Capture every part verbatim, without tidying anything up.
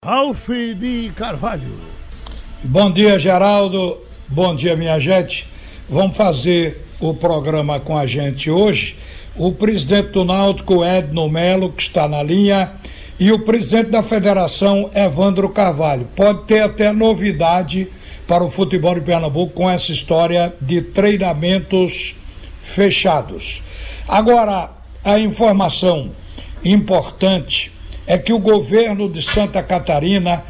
Ralph de Carvalho. Bom dia, Geraldo. Bom dia, minha gente. Vamos fazer o programa com a gente hoje o presidente do Náutico, Edno Melo, que está na linha, e o presidente da federação, Evandro Carvalho. Pode ter até novidade para o futebol de Pernambuco com essa história de treinamentos fechados. Agora, a informação importante é que o governo de Santa Catarina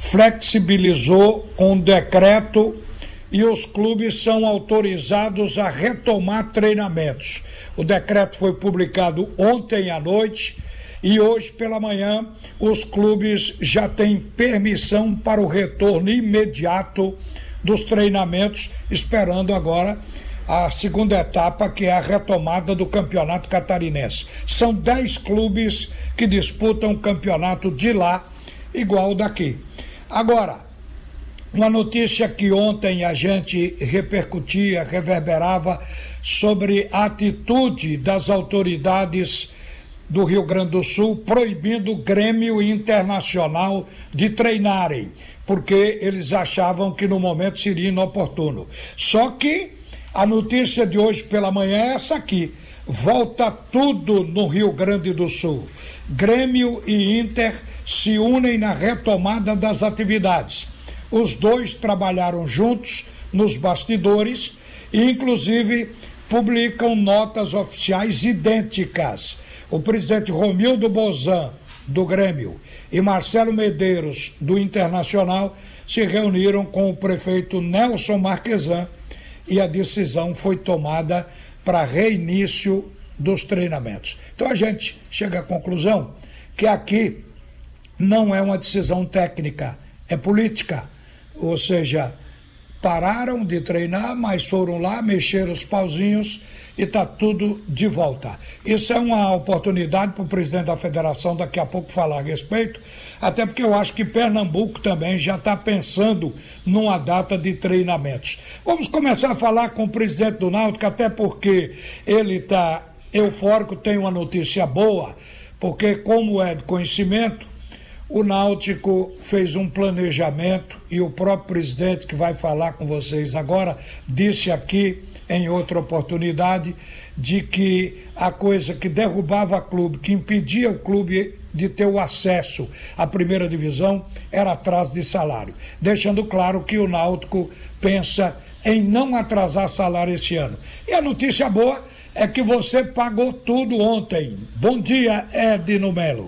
flexibilizou com decreto e os clubes são autorizados a retomar treinamentos. O decreto foi publicado ontem à noite e hoje pela manhã os clubes já têm permissão para o retorno imediato dos treinamentos, esperando agora a segunda etapa, que é a retomada do campeonato catarinense. São dez clubes que disputam o campeonato de lá, igual daqui. Agora, uma notícia que ontem a gente repercutia, reverberava sobre a atitude das autoridades do Rio Grande do Sul proibindo o Grêmio e Internacional de treinarem, porque eles achavam que no momento seria inoportuno. Só que a notícia de hoje pela manhã é essa aqui: volta tudo no Rio Grande do Sul. Grêmio e Inter se unem na retomada das atividades. Os dois trabalharam juntos nos bastidores e, inclusive, publicam notas oficiais idênticas. O presidente Romildo Bozan, do Grêmio, e Marcelo Medeiros, do Internacional, se reuniram com o prefeito Nelson Marquesan e a decisão foi tomada para reinício dos treinamentos. Então a gente chega à conclusão que aqui não é uma decisão técnica, é política. Ou seja, pararam de treinar, mas foram lá, mexeram os pauzinhos e está tudo de volta. Isso é uma oportunidade para o presidente da federação daqui a pouco falar a respeito, até porque eu acho que Pernambuco também já está pensando numa data de treinamentos. Vamos começar a falar com o presidente do Náutico, até porque ele está eufórico, tem uma notícia boa, porque, como é de conhecimento, o Náutico fez um planejamento e o próprio presidente, que vai falar com vocês agora, disse aqui em outra oportunidade de que a coisa que derrubava o clube, que impedia o clube de ter o acesso à primeira divisão, era atraso de salário, deixando claro que o Náutico pensa em não atrasar salário esse ano. E a notícia boa é que você pagou tudo ontem. Bom dia, Edno Melo.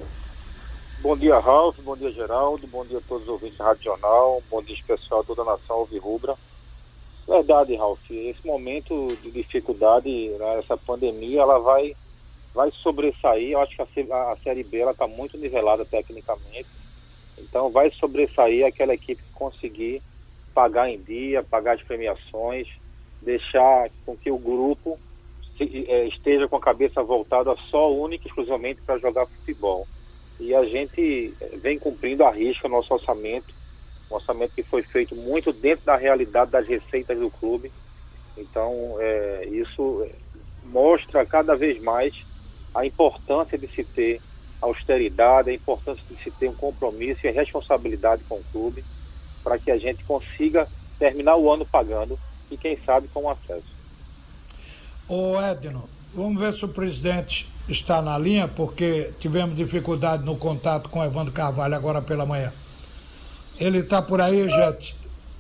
Bom dia, Ralf, bom dia, Geraldo, bom dia a todos os ouvintes da Rádio Jornal, bom dia especial a toda a nação alvirrubra. Verdade, Ralf, esse momento de dificuldade, né, essa pandemia, ela vai, vai sobressair. Eu acho que a, a Série B está muito nivelada tecnicamente, então vai sobressair aquela equipe que conseguir pagar em dia, pagar as premiações, deixar com que o grupo se, é, esteja com a cabeça voltada só, única e exclusivamente para jogar futebol. E a gente vem cumprindo a risca o nosso orçamento, um orçamento que foi feito muito dentro da realidade das receitas do clube. Então, é, isso mostra cada vez mais a importância de se ter austeridade, a importância de se ter um compromisso e responsabilidade com o clube, para que a gente consiga terminar o ano pagando e, quem sabe, com acesso. Ô Edno, vamos ver se o presidente está na linha, porque tivemos dificuldade no contato com o Evandro Carvalho agora pela manhã. Ele está por aí, gente?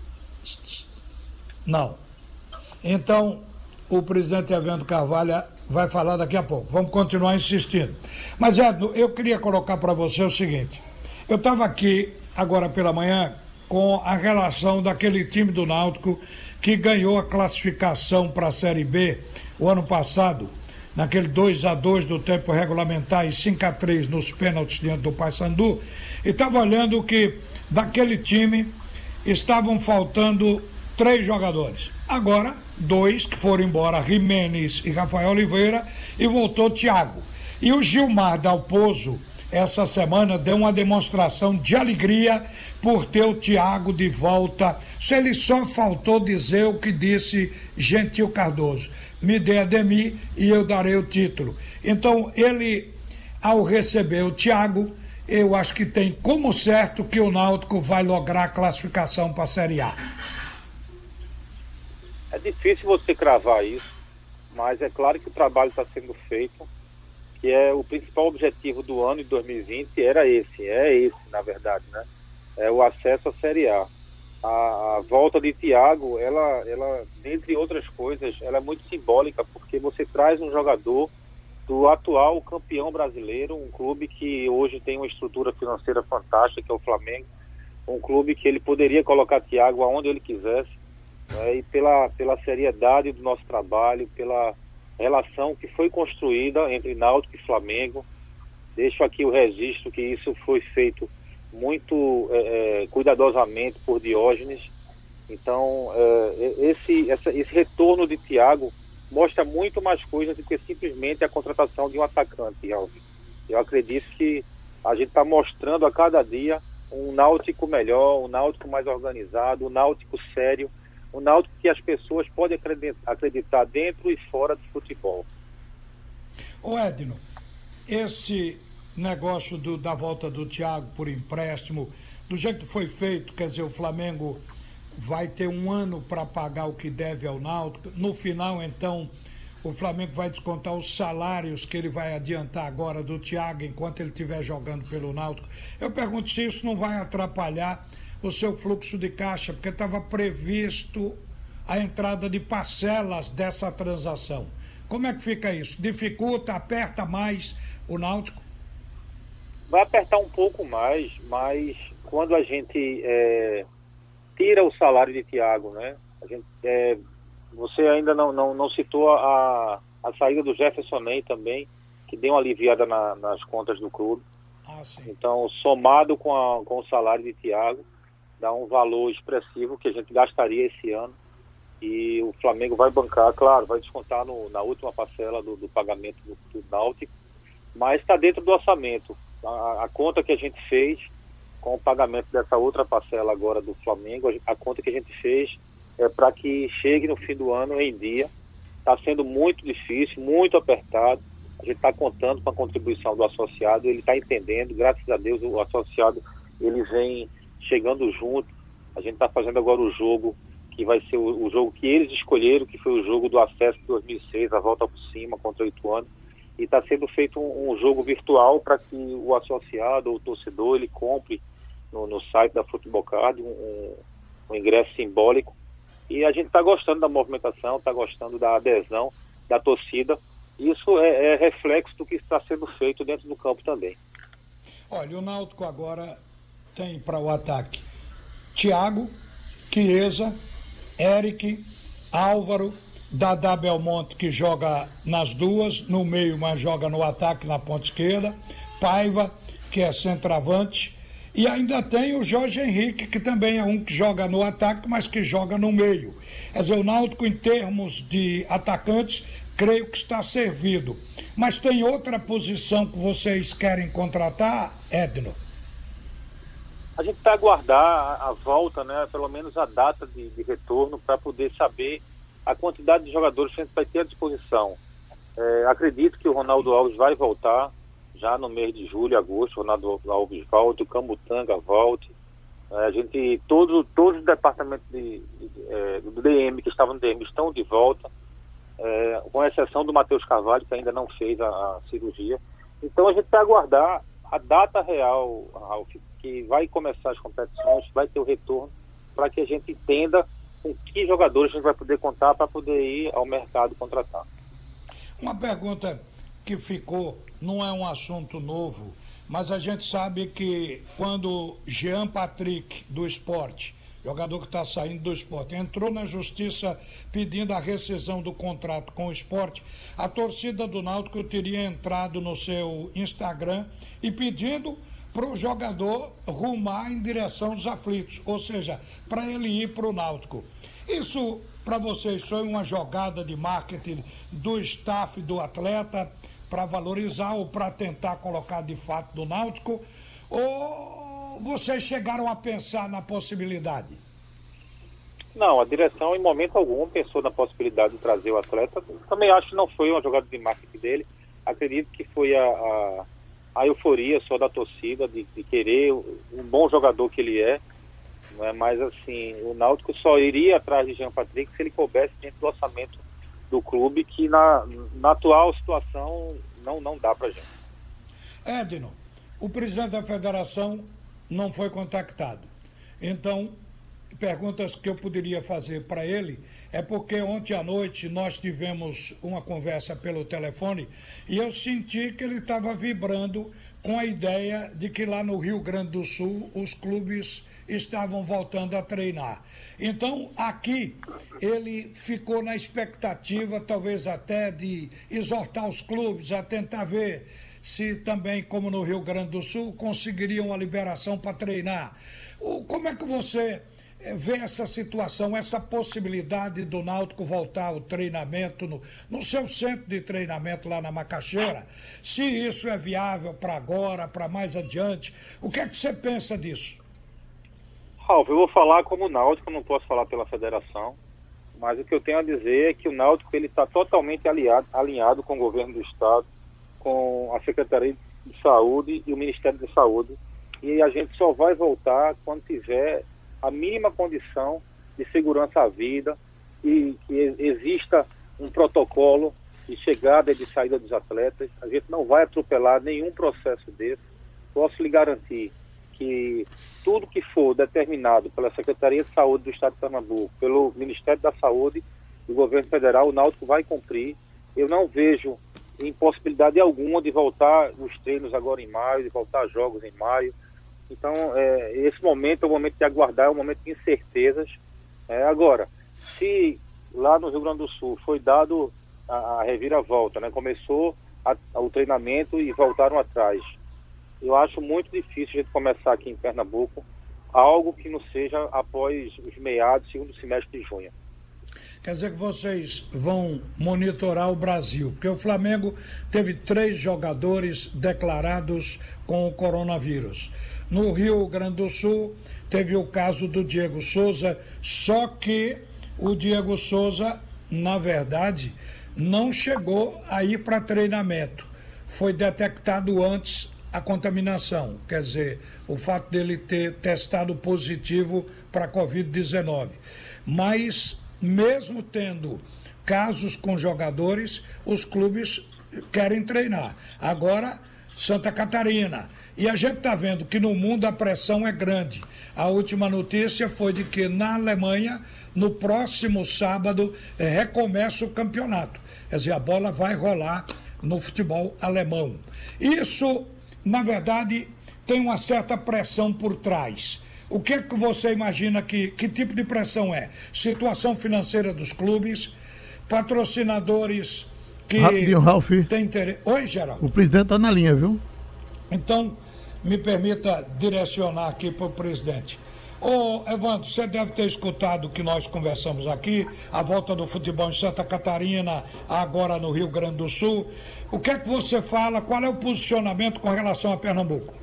Não. Então, o presidente Evandro Carvalho vai falar daqui a pouco. Vamos continuar insistindo. Mas, Edno, eu queria colocar para você o seguinte. Eu estava aqui agora pela manhã com a relação daquele time do Náutico que ganhou a classificação para a Série B o ano passado, naquele dois a dois do tempo regulamentar e cinco a três nos pênaltis diante do Paysandu, e estava olhando que daquele time estavam faltando três jogadores. Agora, dois que foram embora, Jimenez e Rafael Oliveira, e voltou Thiago. E o Gilmar Dalpozo, essa semana, deu uma demonstração de alegria por ter o Thiago de volta. Se ele só faltou dizer o que disse Gentil Cardoso: me dê Ademir e eu darei o título. Então, ele, ao receber o Thiago, eu acho que tem como certo que o Náutico vai lograr a classificação para a Série A? É difícil você cravar isso, mas é claro que o trabalho está sendo feito, que é o principal objetivo do ano de dois mil e vinte era esse, é esse na verdade, né? É o acesso à Série A. A, a volta de Thiago, ela, ela, dentre outras coisas, ela é muito simbólica, porque você traz um jogador do atual campeão brasileiro, um clube que hoje tem uma estrutura financeira fantástica, que é o Flamengo, um clube que ele poderia colocar Thiago aonde ele quisesse, né, e pela, pela seriedade do nosso trabalho, pela relação que foi construída entre Náutico e Flamengo. Deixo aqui o registro que isso foi feito muito é, cuidadosamente por Diógenes. Então, é, esse, essa, esse retorno de Thiago mostra muito mais coisas do que simplesmente a contratação de um atacante, Alves. Eu acredito que a gente está mostrando a cada dia um Náutico melhor, um Náutico mais organizado, um Náutico sério, um Náutico que as pessoas podem acreditar dentro e fora do futebol. Ô Edno, esse negócio do, da volta do Thiago por empréstimo, do jeito que foi feito, quer dizer, o Flamengo vai ter um ano para pagar o que deve ao Náutico. No final, então, o Flamengo vai descontar os salários que ele vai adiantar agora do Thiago enquanto ele estiver jogando pelo Náutico. Eu pergunto se isso não vai atrapalhar o seu fluxo de caixa, porque estava previsto a entrada de parcelas dessa transação. Como é que fica isso? Dificulta, aperta mais o Náutico? Vai apertar um pouco mais, mas quando a gente é, tira o salário de Thiago, né? A gente, é, você ainda não, não, não citou a, a saída do Jefferson Ney também, que deu uma aliviada na, nas contas do clube. Ah, sim. Então, somado com, a, com o salário de Thiago, dá um valor expressivo que a gente gastaria esse ano. E o Flamengo vai bancar, claro, vai descontar no, na última parcela do, do pagamento do, do Náutico, mas está dentro do orçamento. A, a conta que a gente fez com o pagamento dessa outra parcela agora do Flamengo, a, a conta que a gente fez é para que chegue no fim do ano em dia. Está sendo muito difícil, muito apertado. A gente está contando com a contribuição do associado, ele está entendendo, graças a Deus o associado ele vem chegando junto. A gente está fazendo agora o jogo que vai ser o, o jogo que eles escolheram, que foi o jogo do acesso de dois mil e seis, a volta por cima contra o Ituano. E está sendo feito um, um jogo virtual para que o associado ou o torcedor ele compre no, no site da Futebol Card um, um, um ingresso simbólico. E a gente está gostando da movimentação, está gostando da adesão da torcida. Isso é, é reflexo do que está sendo feito dentro do campo também. Olha, o Náutico agora tem para o ataque Thiago, Chiesa, Eric, Álvaro, Dadá Belmonte, que joga nas duas, no meio, mas joga no ataque na ponta esquerda, Paiva, que é centroavante, e ainda tem o Jorge Henrique, que também é um que joga no ataque, mas que joga no meio. Quer dizer, o Náutico, em termos de atacantes, creio que está servido. Mas tem outra posição que vocês querem contratar, Edno? A gente vai aguardar a, a volta, né, pelo menos a data de, de retorno, para poder saber a quantidade de jogadores que a gente vai ter à disposição. É, acredito que o Ronaldo Alves vai voltar já no mês de julho, agosto. O Ronaldo Alves volte, o Camutanga volte. É, a gente, todos, todos os departamentos de, de, é, do D M que estavam no D M estão de volta, é, com exceção do Matheus Carvalho, que ainda não fez a, a cirurgia. Então a gente vai aguardar a data real, Ralf, que vai começar as competições, vai ter o retorno, para que a gente entenda com que jogadores a gente vai poder contar para poder ir ao mercado contratar. Uma pergunta que ficou, não é um assunto novo, mas a gente sabe que quando Jean Patrick, do Sport, jogador que está saindo do Sport, entrou na justiça pedindo a rescisão do contrato com o Sport, a torcida do Náutico teria entrado no seu Instagram e pedindo para o jogador rumar em direção aos aflitos, ou seja, para ele ir para o Náutico. Isso, para vocês, foi uma jogada de marketing do staff do atleta para valorizar ou para tentar colocar de fato do Náutico? Ou vocês chegaram a pensar na possibilidade? Não, a direção em momento algum pensou na possibilidade de trazer o atleta. Também acho que não foi uma jogada de marketing dele. Acredito que foi a, a, a euforia só da torcida, de, de querer um bom jogador que ele é, não é? Mas assim, o Náutico só iria atrás de Jean Patrick se ele coubesse dentro do orçamento do clube, que na, na atual situação não, não dá pra gente. Edno, o presidente da federação não foi contactado. Então, perguntas que eu poderia fazer para ele é porque ontem à noite nós tivemos uma conversa pelo telefone e eu senti que ele estava vibrando com a ideia de que lá no Rio Grande do Sul os clubes estavam voltando a treinar. Então, aqui, ele ficou na expectativa, talvez até, de exortar os clubes a tentar ver se também, como no Rio Grande do Sul, conseguiriam a liberação para treinar. Como é que você vê essa situação, essa possibilidade do Náutico voltar ao treinamento no, no seu centro de treinamento lá na Macaxeira? Se isso é viável para agora, para mais adiante, o que é que você pensa disso? Ralf, eu vou falar como Náutico, não posso falar pela federação, mas o que eu tenho a dizer é que o Náutico está totalmente aliado, alinhado com o governo do estado, com a Secretaria de Saúde e o Ministério da Saúde, e a gente só vai voltar quando tiver a mínima condição de segurança à vida e que exista um protocolo de chegada e de saída dos atletas. A gente não vai atropelar nenhum processo desse. Posso lhe garantir que tudo que for determinado pela Secretaria de Saúde do Estado de Pernambuco, pelo Ministério da Saúde e do Governo Federal, o Náutico vai cumprir. Eu não vejo impossibilidade alguma de voltar os treinos agora em maio, de voltar a jogos em maio. Então, é, esse momento é o momento de aguardar, é um momento de incertezas. É, agora, se lá no Rio Grande do Sul foi dado a, a reviravolta, né? Começou a, a, o treinamento e voltaram atrás. Eu acho muito difícil a gente começar aqui em Pernambuco algo que não seja após os meados, segundo semestre de junho. Quer dizer que vocês vão monitorar o Brasil, porque o Flamengo teve três jogadores declarados com o coronavírus. No Rio Grande do Sul teve o caso do Diego Souza, só que o Diego Souza, na verdade, não chegou a ir para treinamento. Foi detectado antes a contaminação, quer dizer, o fato dele ter testado positivo para a covid dezenove. Mas, mesmo tendo casos com jogadores, os clubes querem treinar. Agora, Santa Catarina. E a gente está vendo que no mundo a pressão é grande. A última notícia foi de que na Alemanha, no próximo sábado, é, recomeça o campeonato. Quer dizer, a bola vai rolar no futebol alemão. Isso, na verdade, tem uma certa pressão por trás. O que é que você imagina que, que tipo de pressão é? Situação financeira dos clubes, patrocinadores que Rapidinho, Ralf. tem interesse. Oi, Geraldo. O presidente está na linha, viu? Então, me permita direcionar aqui para o presidente. Ô, Evandro, você deve ter escutado o que nós conversamos aqui, a volta do futebol em Santa Catarina, agora no Rio Grande do Sul. O que é que você fala? Qual é o posicionamento com relação a Pernambuco?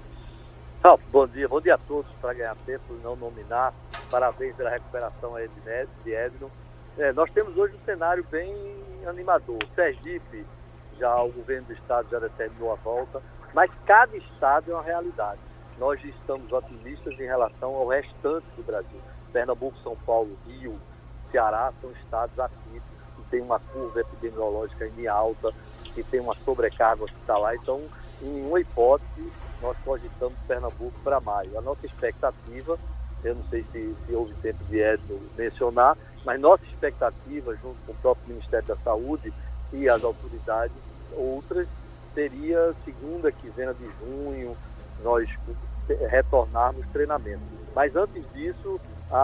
Ralf, bom dia. Bom dia a todos, para ganhar tempo e não nominar. Parabéns pela recuperação aí de Edno. É, nós temos hoje um cenário bem animador. Sergipe, já o governo do estado já determinou a volta, mas cada estado é uma realidade. Nós estamos otimistas em relação ao restante do Brasil. Pernambuco, São Paulo, Rio, Ceará são estados atípicos, que tem uma curva epidemiológica em alta, que tem uma sobrecarga hospitalar. Então, em uma hipótese, nós cogitamos Pernambuco para maio. A nossa expectativa, eu não sei se, se houve tempo de Edno mencionar, mas nossa expectativa, junto com o próprio Ministério da Saúde e as autoridades outras, seria segunda quinzena de junho, nós retornarmos treinamento. Mas antes disso,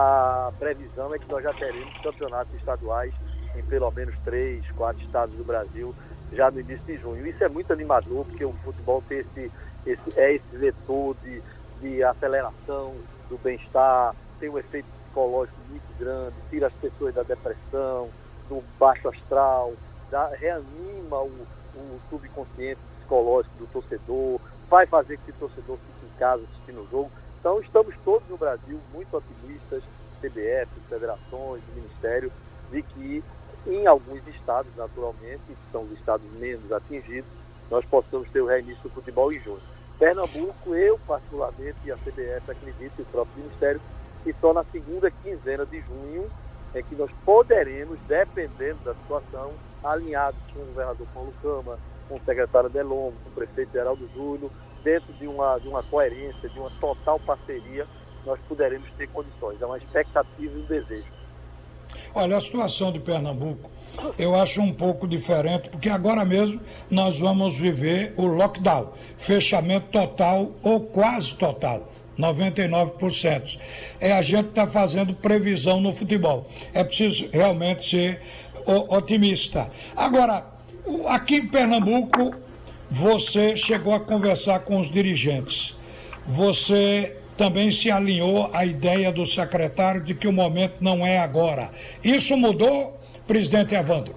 a previsão é que nós já teremos campeonatos estaduais em pelo menos três, quatro estados do Brasil já no início de junho. Isso é muito animador, porque o futebol tem esse, esse, é esse vetor de, de aceleração do bem-estar, tem um efeito psicológico muito grande, tira as pessoas da depressão, do baixo astral, dá, reanima o, o subconsciente psicológico do torcedor, vai fazer que o torcedor fique em casa assistindo o jogo. Então, estamos todos no Brasil muito otimistas, C B F, federações, Ministério, de que em alguns estados, naturalmente, que são os estados menos atingidos, nós possamos ter o reinício do futebol em junho. Pernambuco, eu particularmente, e a C B F acredito, e o próprio Ministério, que só na segunda quinzena de junho é que nós poderemos, dependendo da situação, alinhados com o governador Paulo Câmara, com o secretário Delombo, com o prefeito Geraldo Júlio, dentro de uma, de uma coerência, de uma total parceria, nós poderemos ter condições. É uma expectativa e um desejo. Olha, a situação de Pernambuco, eu acho um pouco diferente, porque agora mesmo nós vamos viver o lockdown, fechamento total ou quase total, noventa e nove por cento. É, a gente está fazendo previsão no futebol. É preciso realmente ser otimista. Agora, aqui em Pernambuco, você chegou a conversar com os dirigentes. Você também se alinhou à ideia do secretário de que o momento não é agora. Isso mudou, presidente Evandro?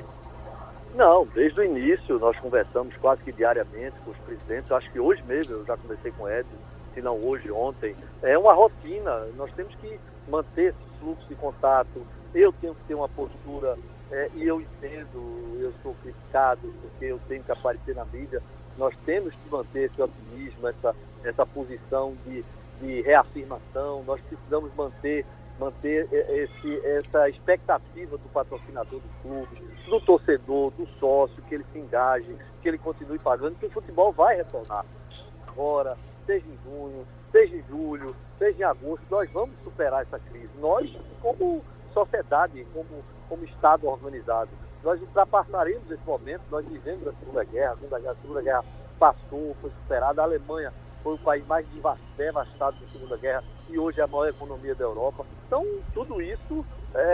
Não, desde o início nós conversamos quase que diariamente com os presidentes. Acho que hoje mesmo eu já conversei com o Edson, se não hoje, ontem. É uma rotina, nós temos que manter esse fluxo de contato. Eu tenho que ter uma postura, é, e eu entendo, eu sou criticado porque eu tenho que aparecer na mídia. Nós temos que manter esse otimismo, essa, essa posição de, de reafirmação. Nós precisamos manter, manter esse, essa expectativa do patrocinador dos clubes, do torcedor, do sócio, que ele se engaje, que ele continue pagando, que o futebol vai retornar. Agora, seja em junho, seja em julho, seja em agosto, nós vamos superar essa crise. Nós, como sociedade, como, como Estado organizado, nós ultrapassaremos esse momento. Nós vivemos a Segunda Guerra, a Segunda Guerra, a Segunda Guerra passou, foi superada. A Alemanha foi o país mais devastado da Segunda Guerra e hoje é a maior economia da Europa. Então, tudo isso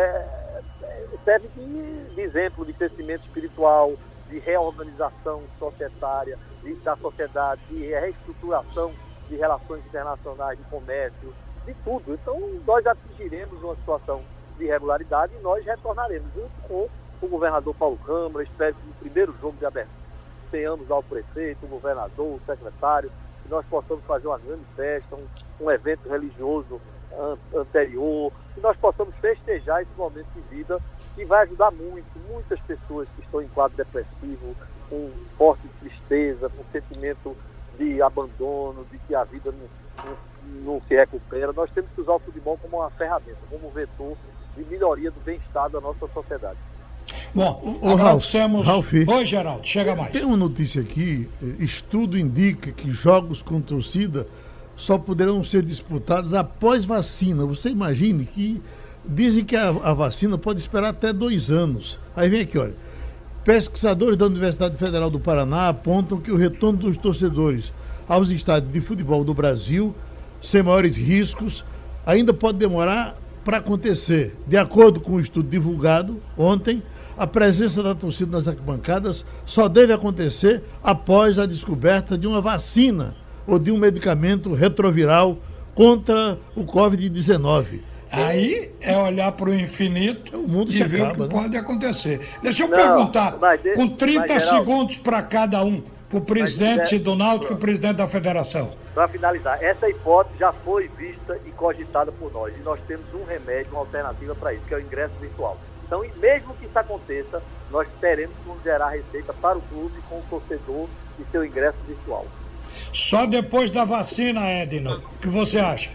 é, serve de, de exemplo de crescimento espiritual, de reorganização societária, de, da sociedade, de reestruturação de relações internacionais, de comércio, de tudo. Então, nós atingiremos uma situação de regularidade e nós retornaremos junto com o governador Paulo Câmara. Espero que no primeiro jogo de abertura tenhamos lá o prefeito, o governador, o secretário, que nós possamos fazer uma grande festa, um, um evento religioso an, anterior, que nós possamos festejar esse momento de vida que vai ajudar muito, muitas pessoas que estão em quadro depressivo, com forte tristeza, com sentimento de abandono, de que a vida não, não, não se recupera. Nós temos que usar o futebol como uma ferramenta, como um vetor de melhoria do bem-estar da nossa sociedade. Bom, o agradecemos... Ralf, Oi, Geraldo, chega mais. Tem uma notícia aqui, estudo indica que jogos com torcida só poderão ser disputados após vacina. Você imagine que dizem que a, a vacina pode esperar até dois anos. Aí vem aqui, olha, pesquisadores da Universidade Federal do Paraná apontam que o retorno dos torcedores aos estádios de futebol do Brasil, sem maiores riscos, ainda pode demorar para acontecer. De acordo com o estudo divulgado ontem, a presença da torcida nas arquibancadas só deve acontecer após a descoberta de uma vacina ou de um medicamento retroviral contra o covid dezenove. Aí é olhar para o infinito o mundo e ver acaba, o que né? pode acontecer. Deixa eu Não, perguntar, mas, com trinta mas, Geraldo, segundos para cada um, para o presidente mas, do Náutico e o presidente da federação. Para finalizar, essa hipótese já foi vista e cogitada por nós. E nós temos um remédio, uma alternativa para isso, que é o ingresso virtual. Então, e mesmo que isso aconteça, nós teremos como gerar receita para o clube com o torcedor e seu ingresso virtual. Só depois da vacina, Edno, o que você acha?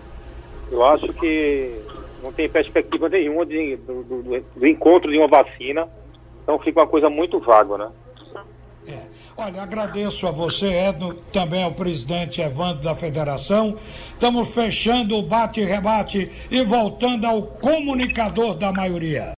Eu acho que não tem perspectiva nenhuma de, do, do, do encontro de uma vacina, então fica uma coisa muito vaga, né? É. Olha, agradeço a você, Edno, também ao presidente Evandro da Federação. Estamos fechando o bate-rebate e voltando ao comunicador da maioria.